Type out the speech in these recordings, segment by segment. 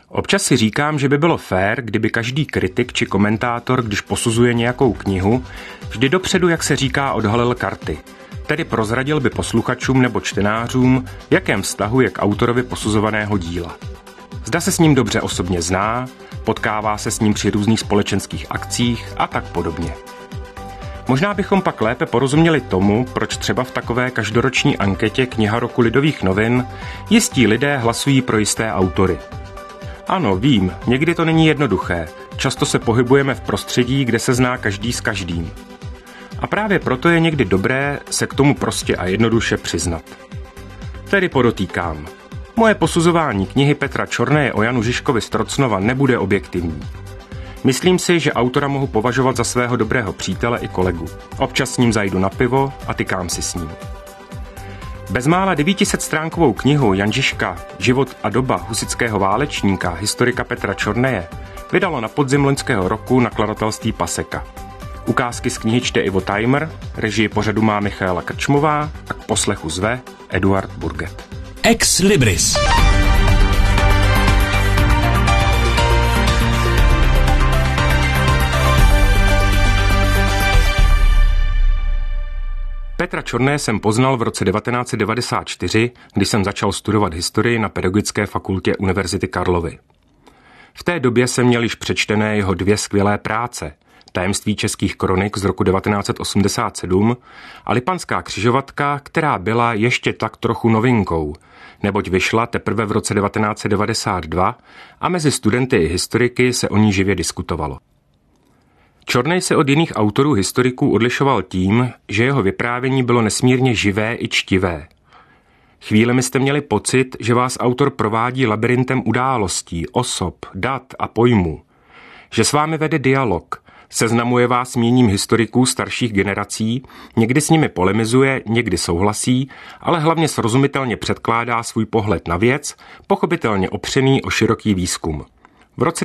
Občas si říkám, že by bylo fér, kdyby každý kritik či komentátor, když posuzuje nějakou knihu, vždy dopředu, jak se říká, odhalil karty. Tedy prozradil by posluchačům nebo čtenářům, v jakém vztahu je k autorovi posuzovaného díla. Zda se s ním dobře osobně zná, potkává se s ním při různých společenských akcích a tak podobně. Možná bychom pak lépe porozuměli tomu, proč třeba v takové každoroční anketě Kniha roku Lidových novin jistí lidé hlasují pro jisté autory. Ano, vím, někdy to není jednoduché, často se pohybujeme v prostředí, kde se zná každý s každým. A právě proto je někdy dobré se k tomu prostě a jednoduše přiznat. Tedy podotýkám, moje posuzování knihy Petra Čorneje o Janu Žižkovi z Trocnova nebude objektivní. Myslím si, že autora mohu považovat za svého dobrého přítele i kolegu. Občas s ním zajdu na pivo a tykám si s ním. Bezmála 900stránkovou knihu Jan Žižka, Život a doba husitského válečníka, historika Petra Čorneje, vydalo na podzim loňského roku nakladatelství Paseka. Ukázky z knihy čte Ivo Tajmer, režii pořadu má Michaela Krčmová a k poslechu zve Eduard Burget. Ex Libris. Petra Čorneje jsem poznal v roce 1994, kdy jsem začal studovat historii na Pedagogické fakultě Univerzity Karlovy. V té době jsem měl již přečtené jeho 2 skvělé práce, Tajemství českých kronik z roku 1987 a Lipanská křižovatka, která byla ještě tak trochu novinkou, neboť vyšla teprve v roce 1992 a mezi studenty i historiky se o ní živě diskutovalo. Čornej se od jiných autorů historiků odlišoval tím, že jeho vyprávění bylo nesmírně živé i čtivé. Chvílemi jste měli pocit, že vás autor provádí labirintem událostí, osob, dat a pojmů, že s vámi vede dialog, seznamuje vás míněním historiků starších generací, někdy s nimi polemizuje, někdy souhlasí, ale hlavně srozumitelně předkládá svůj pohled na věc, pochopitelně opřený o široký výzkum. V roce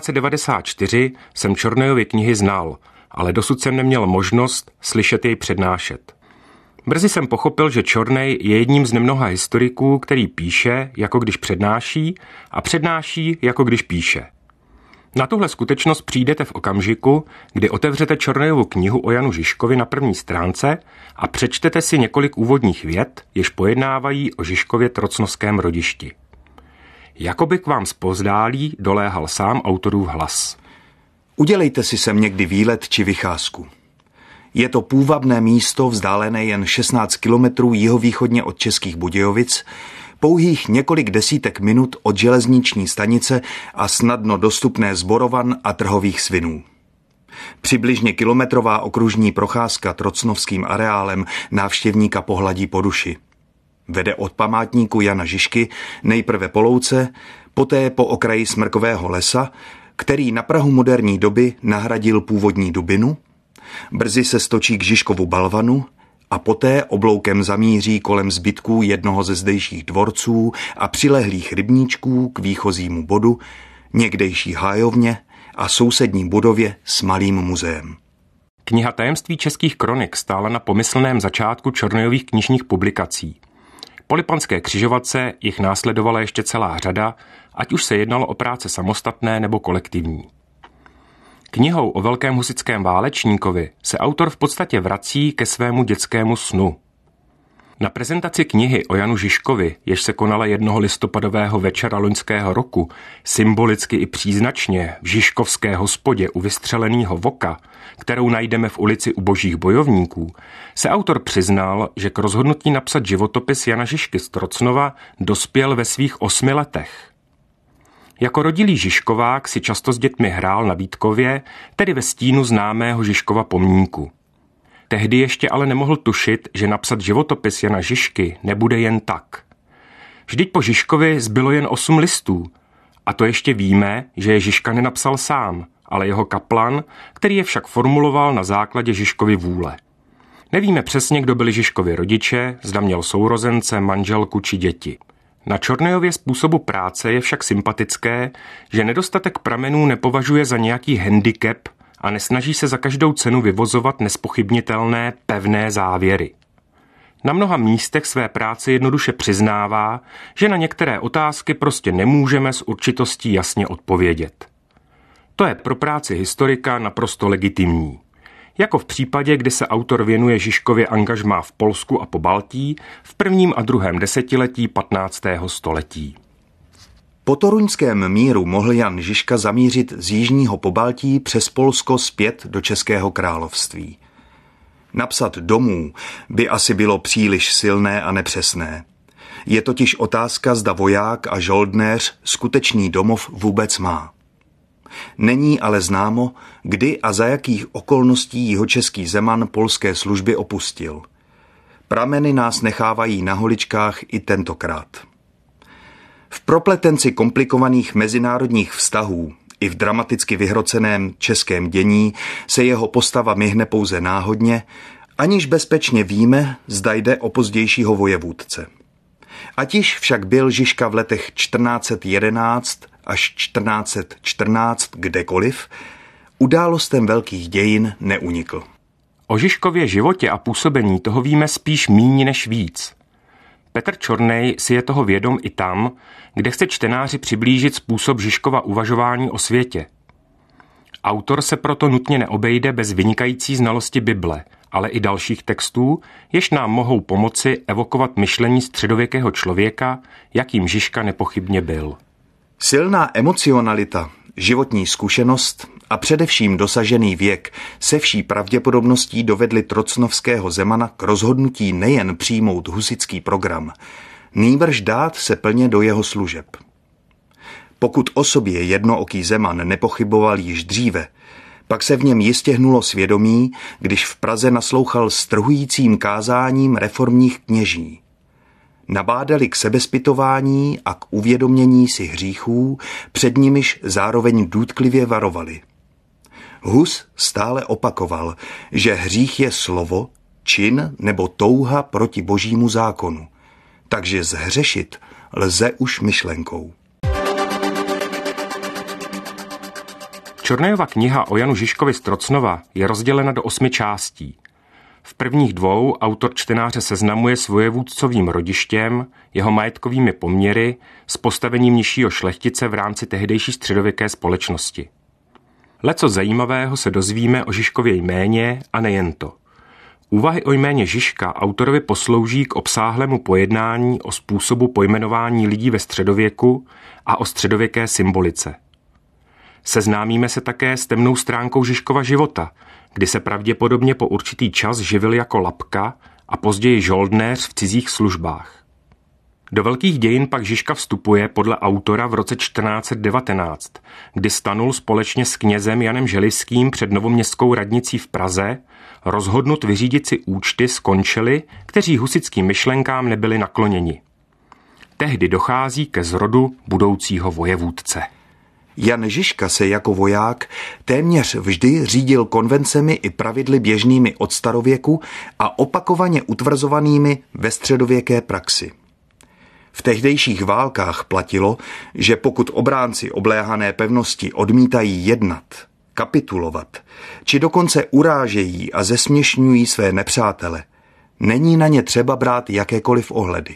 1994 jsem Čornejovy knihy znal, ale dosud jsem neměl možnost slyšet jej přednášet. Brzy jsem pochopil, že Čornej je jedním z nemnoha historiků, který píše, jako když přednáší, a přednáší, jako když píše. Na tuhle skutečnost přijdete v okamžiku, kdy otevřete Čornejovu knihu o Janu Žižkovi na první stránce a přečtete si několik úvodních vět, jež pojednávají o Žižkově trocnovském rodišti. Jakoby k vám zpozdálí doléhal sám autorův hlas. Udělejte si sem někdy výlet či vycházku. Je to půvabné místo vzdálené jen 16 kilometrů jihovýchodně od Českých Budějovic, pouhých několik desítek minut od železniční stanice a snadno dostupné z Borovan a Trhových svinů. Přibližně kilometrová okružní procházka trocnovským areálem návštěvníka pohladí po duši. Vede od památníku Jana Žižky nejprve po louce, poté po okraji smrkového lesa, který na prahu moderní doby nahradil původní dubinu, brzy se stočí k Žižkovu balvanu a poté obloukem zamíří kolem zbytků jednoho ze zdejších dvorců a přilehlých rybníčků k výchozímu bodu, někdejší hájovně a sousední budově s malým muzeem. Kniha Tajemství českých kronik stála na pomyslném začátku Čornejových knižních publikací. Po Lipanské křižovatce jich následovala ještě celá řada, ať už se jednalo o práce samostatné nebo kolektivní. Knihou o velkém husitském válečníkovi se autor v podstatě vrací ke svému dětskému snu. Na prezentaci knihy o Janu Žižkovi, jež se konala 1. listopadového večera loňského roku, symbolicky i příznačně v Žižkovské hospodě u Vystřeleného voka, kterou najdeme v ulici u Božích bojovníků, se autor přiznal, že k rozhodnutí napsat životopis Jana Žižky z Trocnova dospěl ve svých 8 letech. Jako rodilý Žižkovák si často s dětmi hrál na Vítkově, tedy ve stínu známého Žižkova pomníku. Tehdy ještě ale nemohl tušit, že napsat životopis Jana Žižky nebude jen tak. Vždyť po Žižkovi zbylo jen 8 listů. A to ještě víme, že je Žižka nenapsal sám, ale jeho kaplan, který je však formuloval na základě Žižkovy vůle. Nevíme přesně, kdo byli Žižkovi rodiče, zda měl sourozence, manželku či děti. Na Čornejově způsobu práce je však sympatické, že nedostatek pramenů nepovažuje za nějaký handicap a nesnaží se za každou cenu vyvozovat nespochybnitelné, pevné závěry. Na mnoha místech své práce jednoduše přiznává, že na některé otázky prostě nemůžeme s určitostí jasně odpovědět. To je pro práci historika naprosto legitimní. Jako v případě, kdy se autor věnuje Žižkově angažmá v Polsku a Pobaltí v prvním a druhém desetiletí 15. století. Po toruňském míru mohl Jan Žižka zamířit z jižního Pobaltí přes Polsko zpět do Českého království. Napsat domů by asi bylo příliš silné a nepřesné. Je totiž otázka, zda voják a žoldnéř skutečný domov vůbec má. Není ale známo, kdy a za jakých okolností jihočeský Zeman polské služby opustil. Prameny nás nechávají na holičkách i tentokrát. V propletenci komplikovaných mezinárodních vztahů i v dramaticky vyhroceném českém dění se jeho postava myhne pouze náhodně, aniž bezpečně víme, zda jde o pozdějšího vojevůdce. Ať již však byl Žižka v letech 1411 až 1414 kdekoliv, událostem velkých dějin neunikl. O Žižkově životě a působení toho víme spíš míň než víc. Petr Čornej si je toho vědom i tam, kde chce čtenáři přiblížit způsob Žižkova uvažování o světě. Autor se proto nutně neobejde bez vynikající znalosti Bible, ale i dalších textů, jež nám mohou pomoci evokovat myšlení středověkého člověka, jakým Žižka nepochybně byl. Silná emocionalita, životní zkušenost a především dosažený věk se vší pravděpodobností dovedli trocnovského Zemana k rozhodnutí nejen přijmout husitský program, nýbrž dát se plně do jeho služeb. Pokud o sobě jednooký Zeman nepochyboval již dříve, pak se v něm jistě hnulo svědomí, když v Praze naslouchal strhujícím kázáním reformních kněží. Nabádali k sebezpytování a k uvědomění si hříchů, před nimiž zároveň důtklivě varovali. Hus stále opakoval, že hřích je slovo, čin nebo touha proti božímu zákonu, takže zhřešit lze už myšlenkou. Čornejova kniha o Janu Žižkovi z Trocnova je rozdělena do 8 částí. V prvních 2 autor čtenáře seznamuje s vojevůdcovým rodištěm, jeho majetkovými poměry, s postavením nižšího šlechtice v rámci tehdejší středověké společnosti. Leco zajímavého se dozvíme o Žižkově jméně a nejen to. Úvahy o jméně Žižka autorovi poslouží k obsáhlému pojednání o způsobu pojmenování lidí ve středověku a o středověké symbolice. Seznámíme se také s temnou stránkou Žižkova života, kdy se pravděpodobně po určitý čas živil jako lapka a později žoldnéř v cizích službách. Do velkých dějin pak Žižka vstupuje podle autora v roce 1419, kdy stanul společně s knězem Janem Želivským před novoměstskou radnicí v Praze, rozhodnut vyřídit si účty s končeli, kteří husitským myšlenkám nebyli nakloněni. Tehdy dochází ke zrodu budoucího vojevůdce. Jan Žižka se jako voják téměř vždy řídil konvencemi i pravidly běžnými od starověku a opakovaně utvrzovanými ve středověké praxi. V tehdejších válkách platilo, že pokud obránci obléhané pevnosti odmítají jednat, kapitulovat, či dokonce urážejí a zesměšňují své nepřátele, není na ně třeba brát jakékoliv ohledy.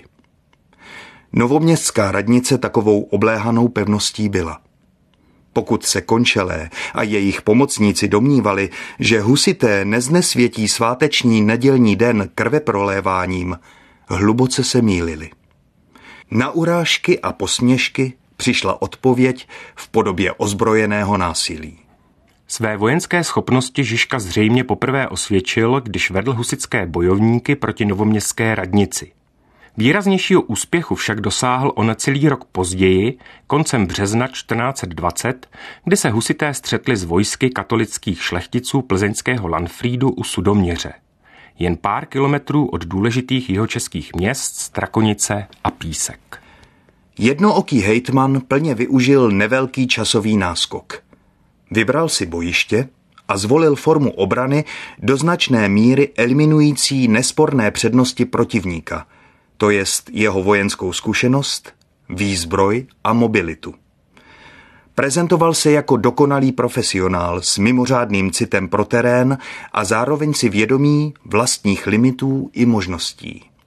Novoměstská radnice takovou obléhanou pevností byla. Pokud se končelé a jejich pomocníci domnívali, že husité neznesvětí sváteční nedělní den krveproléváním, hluboce se mýlili. Na urážky a posměšky přišla odpověď v podobě ozbrojeného násilí. Své vojenské schopnosti Žižka zřejmě poprvé osvědčil, když vedl husitské bojovníky proti novoměstské radnici. Výraznějšího úspěchu však dosáhl o necelý rok později, koncem března 1420, kdy se husité střetli s vojsky katolických šlechticů plzeňského Lanfrýdu u Sudoměře. Jen pár kilometrů od důležitých jihočeských měst Strakonice a Písek. Jednooký hejtman plně využil nevelký časový náskok. Vybral si bojiště a zvolil formu obrany do značné míry eliminující nesporné přednosti protivníka, to jest jeho vojenskou zkušenost, výzbroj a mobilitu. Prezentoval se jako dokonalý profesionál s mimořádným citem pro terén a zároveň si vědomí vlastních limitů i možností.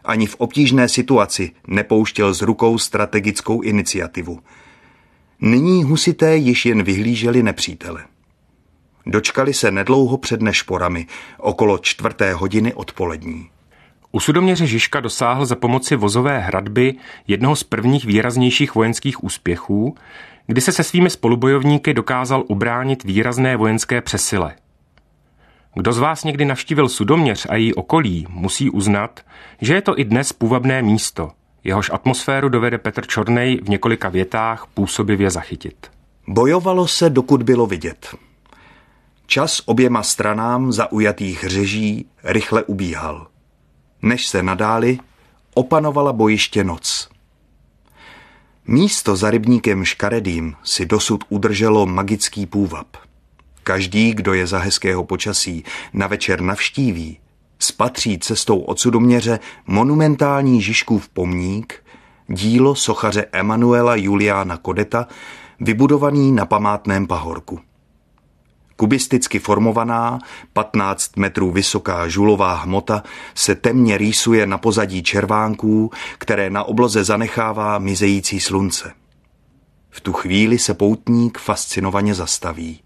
Ani v obtížné situaci nepouštěl z rukou strategickou iniciativu. Nyní husité již jen vyhlíželi nepřítele. Dočkali se nedlouho před Nešporami, okolo 4:00 odpolední. U Sudoměře Žižka dosáhl za pomoci vozové hradby jednoho z prvních výraznějších vojenských úspěchů, kdy se svými spolubojovníky dokázal ubránit výrazné vojenské přesile. Kdo z vás někdy navštívil Sudoměř a její okolí, musí uznat, že je to i dnes půvabné místo, jehož atmosféru dovede Petr Čornej v několika větách působivě zachytit. Bojovalo se, dokud bylo vidět. Čas oběma stranám zaujatých řeží rychle ubíhal. Než se nadáli, opanovala bojiště noc. Místo za rybníkem Škaredým si dosud udrželo magický půvab. Každý, kdo je za hezkého počasí na večer navštíví, spatří cestou od Sudoměře monumentální Žižkův pomník, dílo sochaře Emanuela Juliána Kodeta, vybudovaný na památném pahorku. Kubisticky formovaná, 15 metrů vysoká žulová hmota se temně rýsuje na pozadí červánků, které na obloze zanechává mizející slunce. V tu chvíli se poutník fascinovaně zastaví.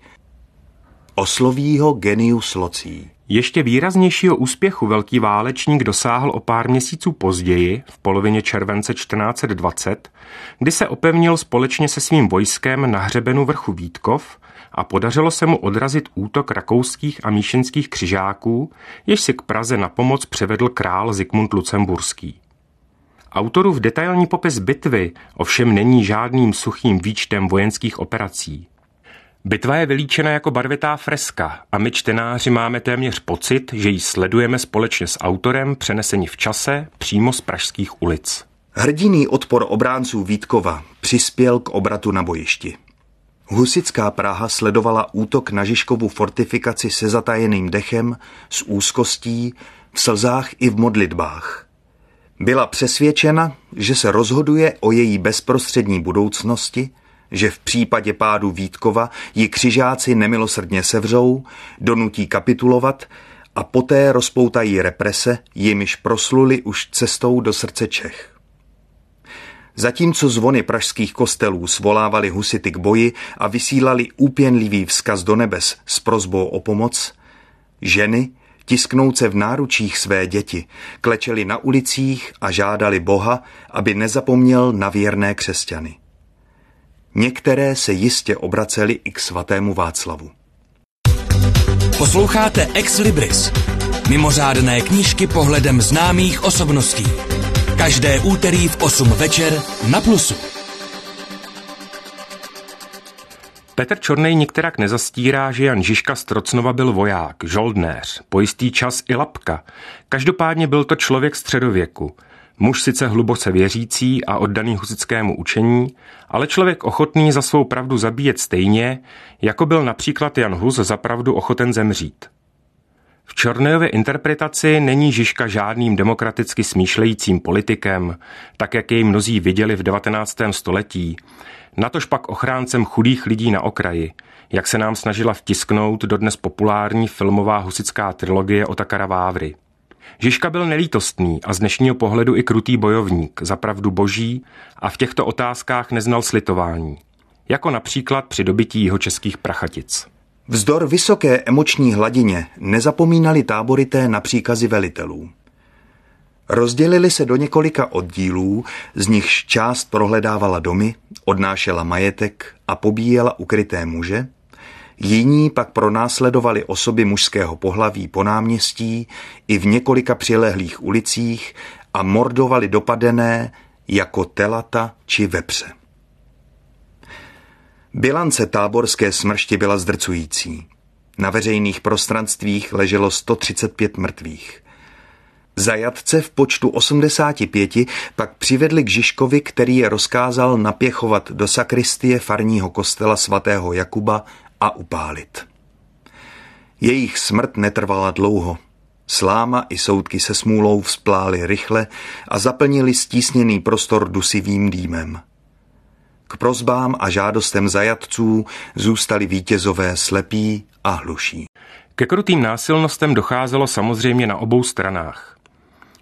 Osloví ho genius loci. Ještě výraznějšího úspěchu velký válečník dosáhl o pár měsíců později, v polovině července 1420, kdy se opevnil společně se svým vojskem na hřebenu vrchu Vítkov a podařilo se mu odrazit útok rakouských a míšeňských křižáků, jež si k Praze na pomoc převedl král Zikmund Lucemburský. Autorův detailní popis bitvy ovšem není žádným suchým výčtem vojenských operací. Bitva je vylíčena jako barvitá freska a my čtenáři máme téměř pocit, že ji sledujeme společně s autorem přeneseni v čase přímo z pražských ulic. Hrdinný odpor obránců Vítkova přispěl k obratu na bojišti. Husitská Praha sledovala útok na Žižkovu fortifikaci se zatajeným dechem, s úzkostí, v slzách i v modlitbách. Byla přesvědčena, že se rozhoduje o její bezprostřední budoucnosti, že v případě pádu Vítkova ji křižáci nemilosrdně sevřou, donutí kapitulovat a poté rozpoutají represe, jimiž prosluli už cestou do srdce Čech. Zatímco zvony pražských kostelů svolávali husity k boji a vysílali úpěnlivý vzkaz do nebes s prosbou o pomoc, ženy, tisknouce v náručích své děti, klečely na ulicích a žádali Boha, aby nezapomněl na věrné křesťany. Některé se jistě obracely i k svatému Václavu. Posloucháte Ex Libris, mimořádné knížky pohledem známých osobností. Každé úterý v 8 večer na Plusu. Petr Čornej nikterak nezastírá, že Jan Žižka z Trocnova byl voják, žoldnéř, po jistý čas i lapka. Každopádně byl to člověk středověku. Muž sice hluboce věřící a oddaný husitskému učení, ale člověk ochotný za svou pravdu zabíjet stejně, jako byl například Jan Hus za pravdu ochoten zemřít. V Čornejově interpretaci není Žižka žádným demokraticky smýšlejícím politikem, tak jak jej mnozí viděli v 19. století, natož pak ochráncem chudých lidí na okraji, jak se nám snažila vtisknout dodnes populární filmová husitská trilogie Otakara Vávry. Žižka byl nelítostný a z dnešního pohledu i krutý bojovník za pravdu boží a v těchto otázkách neznal slitování, jako například při dobytí jihočeských Prachatic. Vzdor vysoké emoční hladině nezapomínali táborité na příkazy velitelů. Rozdělili se do několika oddílů, z nichž část prohledávala domy, odnášela majetek a pobíjela ukryté muže, jiní pak pronásledovali osoby mužského pohlaví po náměstí i v několika přilehlých ulicích a mordovali dopadené jako telata či vepře. Bilance táborské smršti byla zdrcující. Na veřejných prostranstvích leželo 135 mrtvých. Zajatce v počtu 85 pak přivedli k Žižkovi, který je rozkázal napěchovat do sakristie farního kostela svatého Jakuba a upálit. Jejich smrt netrvala dlouho. Sláma i soudky se smůlou vzplály rychle a zaplnili stísněný prostor dusivým dýmem. K prosbám a žádostem zajatců zůstali vítězové slepí a hluší. Ke krutým násilnostem docházelo samozřejmě na obou stranách.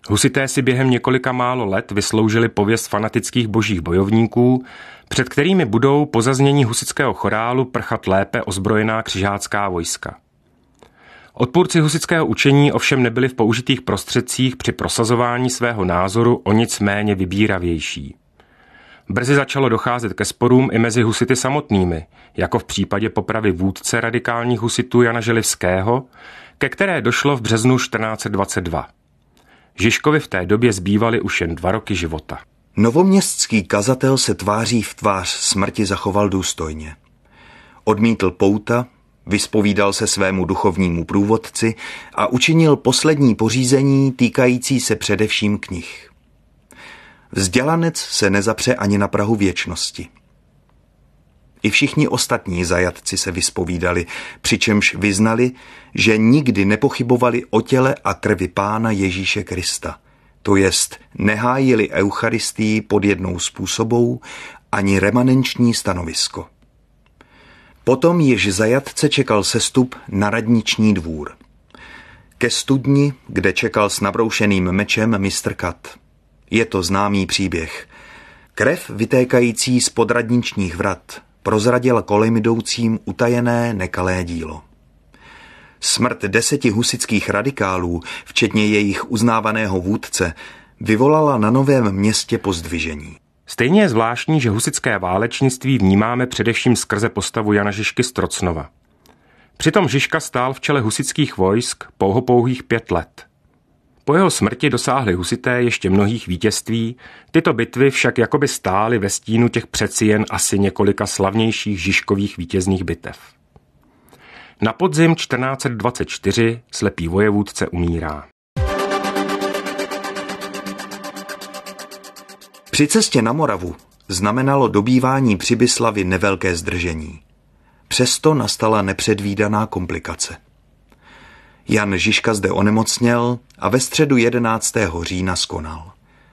Husité si během několika málo let vysloužili pověst fanatických božích bojovníků, před kterými budou po zaznění husitského chorálu prchat lépe ozbrojená křižácká vojska. Odpůrci husitského učení ovšem nebyli v použitých prostředcích při prosazování svého názoru o nic méně vybíravější. Brzy začalo docházet ke sporům i mezi husity samotnými, jako v případě popravy vůdce radikálních husitů Jana Želivského, ke které došlo v březnu 1422. Žižkovi v té době zbývaly už jen 2 roky života. Novoměstský kazatel se tváří v tvář smrti zachoval důstojně. Odmítl pouta, vyspovídal se svému duchovnímu průvodci a učinil poslední pořízení týkající se především knih. Vzdělanec se nezapře ani na prahu věčnosti. I všichni ostatní zajatci se vyspovídali, přičemž vyznali, že nikdy nepochybovali o těle a krvi Pána Ježíše Krista, to jest nehájili eucharistii pod jednou způsobou ani remanenční stanovisko. Potom již zajatce čekal sestup na radniční dvůr. Ke studni, kde čekal s nabroušeným mečem mistr Kat. Je to známý příběh. Krev vytékající z podradničních vrat prozradila kolem jdoucím utajené nekalé dílo. Smrt 10 husitských radikálů, včetně jejich uznávaného vůdce, vyvolala na Novém Městě pozdvižení. Stejně je zvláštní, že husitské válečnictví vnímáme především skrze postavu Jana Žižky z Trocnova. Přitom Žižka stál v čele husitských vojsk pouhých 5 let. Po jeho smrti dosáhli husité ještě mnohých vítězství, tyto bitvy však jakoby stály ve stínu těch přeci jen asi několika slavnějších žižkových vítězných bitev. Na podzim 1424 slepý vojevůdce umírá. Při cestě na Moravu znamenalo dobývání Přibyslavy nevelké zdržení. Přesto nastala nepředvídaná komplikace. Jan Žižka zde onemocněl a ve středu 11. října skonal.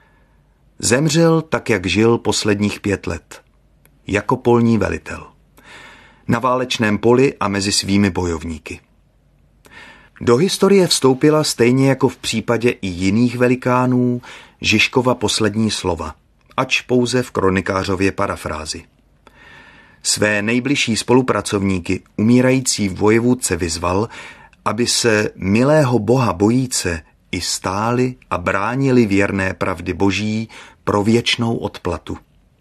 Zemřel tak, jak žil posledních 5 let. Jako polní velitel. Na válečném poli a mezi svými bojovníky. Do historie vstoupila stejně jako v případě i jiných velikánů Žižkova poslední slova, ač pouze v kronikářově parafrázi. Své nejbližší spolupracovníky umírající vojevůdce vyzval, aby se milého Boha bojíce i stáli a bránili věrné pravdy Boží pro věčnou odplatu.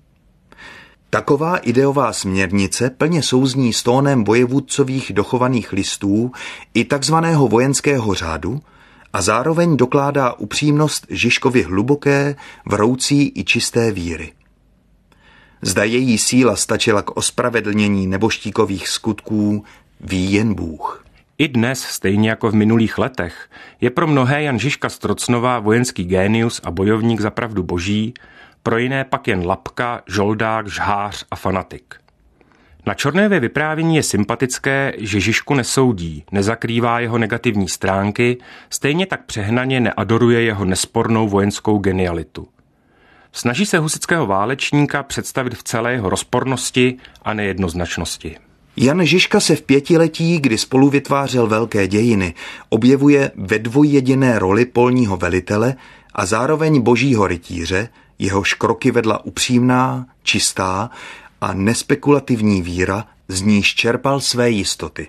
Taková ideová směrnice plně souzní s tónem vojevůdcových dochovaných listů i takzvaného vojenského řádu a zároveň dokládá upřímnost Žižkovy hluboké, vroucí i čisté víry. Zda její síla stačila k ospravedlnění neboštíkových skutků, ví jen Bůh. I dnes, stejně jako v minulých letech, je pro mnohé Jan Žižka z Trocnova vojenský génius a bojovník za pravdu Boží, pro jiné pak jen lapka, žoldák, žhář a fanatik. Na Čornévě vyprávění je sympatické, že Žižku nesoudí, nezakrývá jeho negativní stránky, stejně tak přehnaně neadoruje jeho nespornou vojenskou genialitu. Snaží se husitského válečníka představit v celé jeho rozpornosti a nejednoznačnosti. Jan Žižka se v 5letí, kdy spolu vytvářel velké dějiny, objevuje ve dvojjediné roli polního velitele a zároveň božího rytíře, jehož kroky vedla upřímná, čistá a nespekulativní víra, z níž čerpal své jistoty.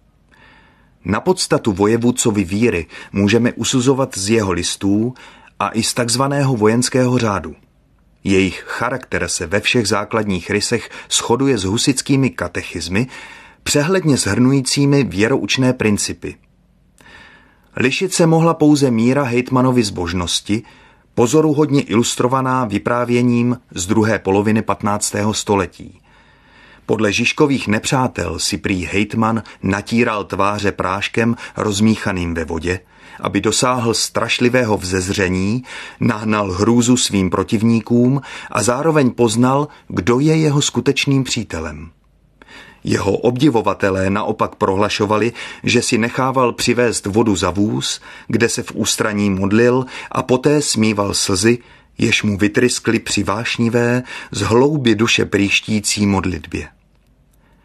Na podstatu vojevůdcovy víry můžeme usuzovat z jeho listů a i z takzvaného vojenského řádu. Jejich charakter se ve všech základních rysech shoduje s husitskými katechizmy, přehledně shrnujícími věroučné principy. Lišit se mohla pouze míra hejtmanovy zbožnosti, pozoruhodně ilustrovaná vyprávěním z druhé poloviny 15. století. Podle Žižkových nepřátel si prý hejtman natíral tváře práškem rozmíchaným ve vodě, aby dosáhl strašlivého vzezření, nahnal hrůzu svým protivníkům a zároveň poznal, kdo je jeho skutečným přítelem. Jeho obdivovatelé naopak prohlašovali, že si nechával přivést vodu za vůz, kde se v ústraní modlil a poté smíval slzy, jež mu vytryskly při vášnivé, z hloubi duše prýštící modlitbě.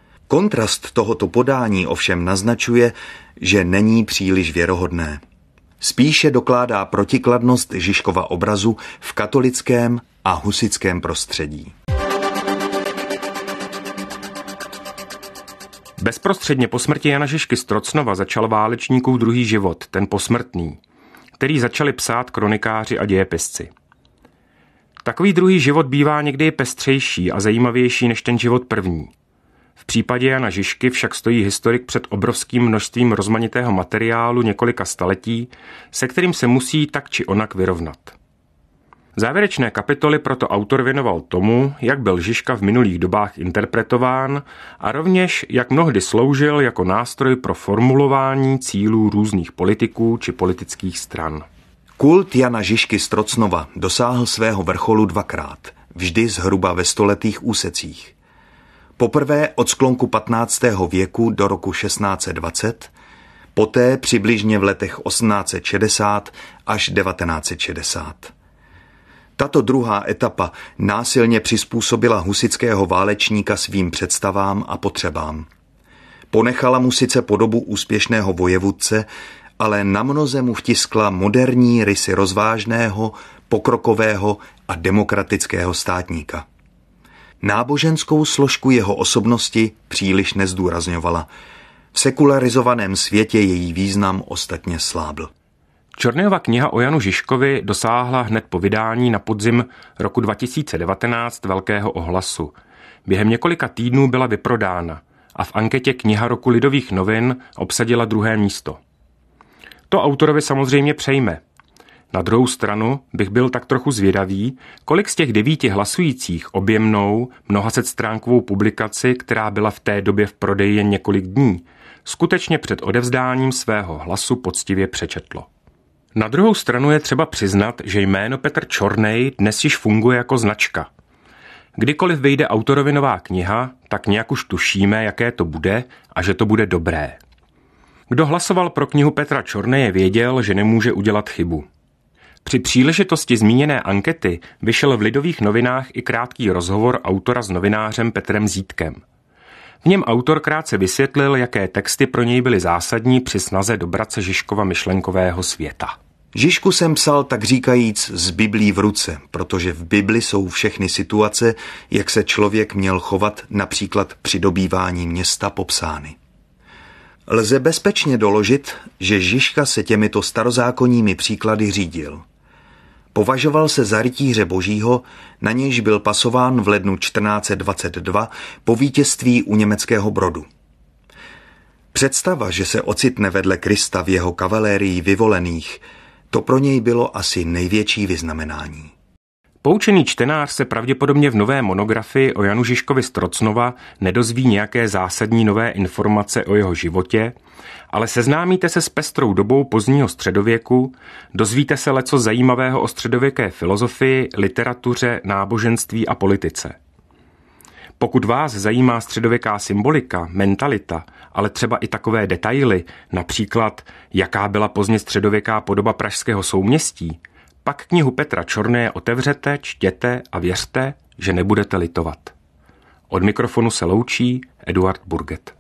Kontrast tohoto podání ovšem naznačuje, že není příliš věrohodné. Spíše dokládá protikladnost Žižkova obrazu v katolickém a husitském prostředí. Bezprostředně po smrti Jana Žižky z Trocnova začal válečníkův druhý život, ten posmrtný, který začali psát kronikáři a dějepisci. Takový druhý život bývá někdy pestřejší a zajímavější než ten život první. V případě Jana Žižky však stojí historik před obrovským množstvím rozmanitého materiálu několika staletí, se kterým se musí tak či onak vyrovnat. Závěrečné kapitoly proto autor věnoval tomu, jak byl Žižka v minulých dobách interpretován a rovněž jak mnohdy sloužil jako nástroj pro formulování cílů různých politiků či politických stran. Kult Jana Žižky z Trocnova dosáhl svého vrcholu dvakrát, vždy zhruba ve stoletých úsecích. Poprvé od sklonku 15. věku do roku 1620, poté přibližně v letech 1860 až 1960. Tato druhá etapa násilně přizpůsobila husitského válečníka svým představám a potřebám. Ponechala mu sice podobu úspěšného vojevůdce, ale na mnoze mu vtiskla moderní rysy rozvážného, pokrokového a demokratického státníka. Náboženskou složku jeho osobnosti příliš nezdůrazňovala. V sekularizovaném světě její význam ostatně slábl. Čornejova kniha o Janu Žižkovi dosáhla hned po vydání na podzim roku 2019 velkého ohlasu. Během několika týdnů byla vyprodána a v anketě Kniha roku Lidových novin obsadila 2. místo. To autorovi samozřejmě přejme. Na druhou stranu bych byl tak trochu zvědavý, kolik z těch 9 hlasujících objemnou, mnohasetstránkovou publikaci, která byla v té době v prodeji jen několik dní, skutečně před odevzdáním svého hlasu poctivě přečetlo. Na druhou stranu je třeba přiznat, že jméno Petr Čornej dnes již funguje jako značka. Kdykoliv vyjde autorovi nová kniha, tak nějak už tušíme, jaké to bude a že to bude dobré. Kdo hlasoval pro knihu Petra Čorneje, věděl, že nemůže udělat chybu. Při příležitosti zmíněné ankety vyšel v Lidových novinách i krátký rozhovor autora s novinářem Petrem Zítkem. V něm autor krátce vysvětlil, jaké texty pro něj byly zásadní při snaze dobrat se Žižkova myšlenkového světa. Žižku jsem psal tak říkajíc z Biblí v ruce, protože v Bibli jsou všechny situace, jak se člověk měl chovat, například při dobývání města, popsány. Lze bezpečně doložit, že Žižka se těmito starozákonními příklady řídil. Považoval se za rytíře božího, na nějž byl pasován v lednu 1422 po vítězství u německého Brodu. Představa, že se ocitne vedle Krista v jeho kavalérii vyvolených, to pro něj bylo asi největší vyznamenání. Poučený čtenář se pravděpodobně v nové monografii o Janu Žižkovi z Trocnova nedozví nějaké zásadní nové informace o jeho životě, ale seznámíte se s pestrou dobou pozdního středověku, dozvíte se leco zajímavého o středověké filozofii, literatuře, náboženství a politice. Pokud vás zajímá středověká symbolika, mentalita, ale třeba i takové detaily, například jaká byla pozdně středověká podoba pražského souměstí, pak knihu Petra Čorneje otevřete, čtěte a věřte, že nebudete litovat. Od mikrofonu se loučí Eduard Burget.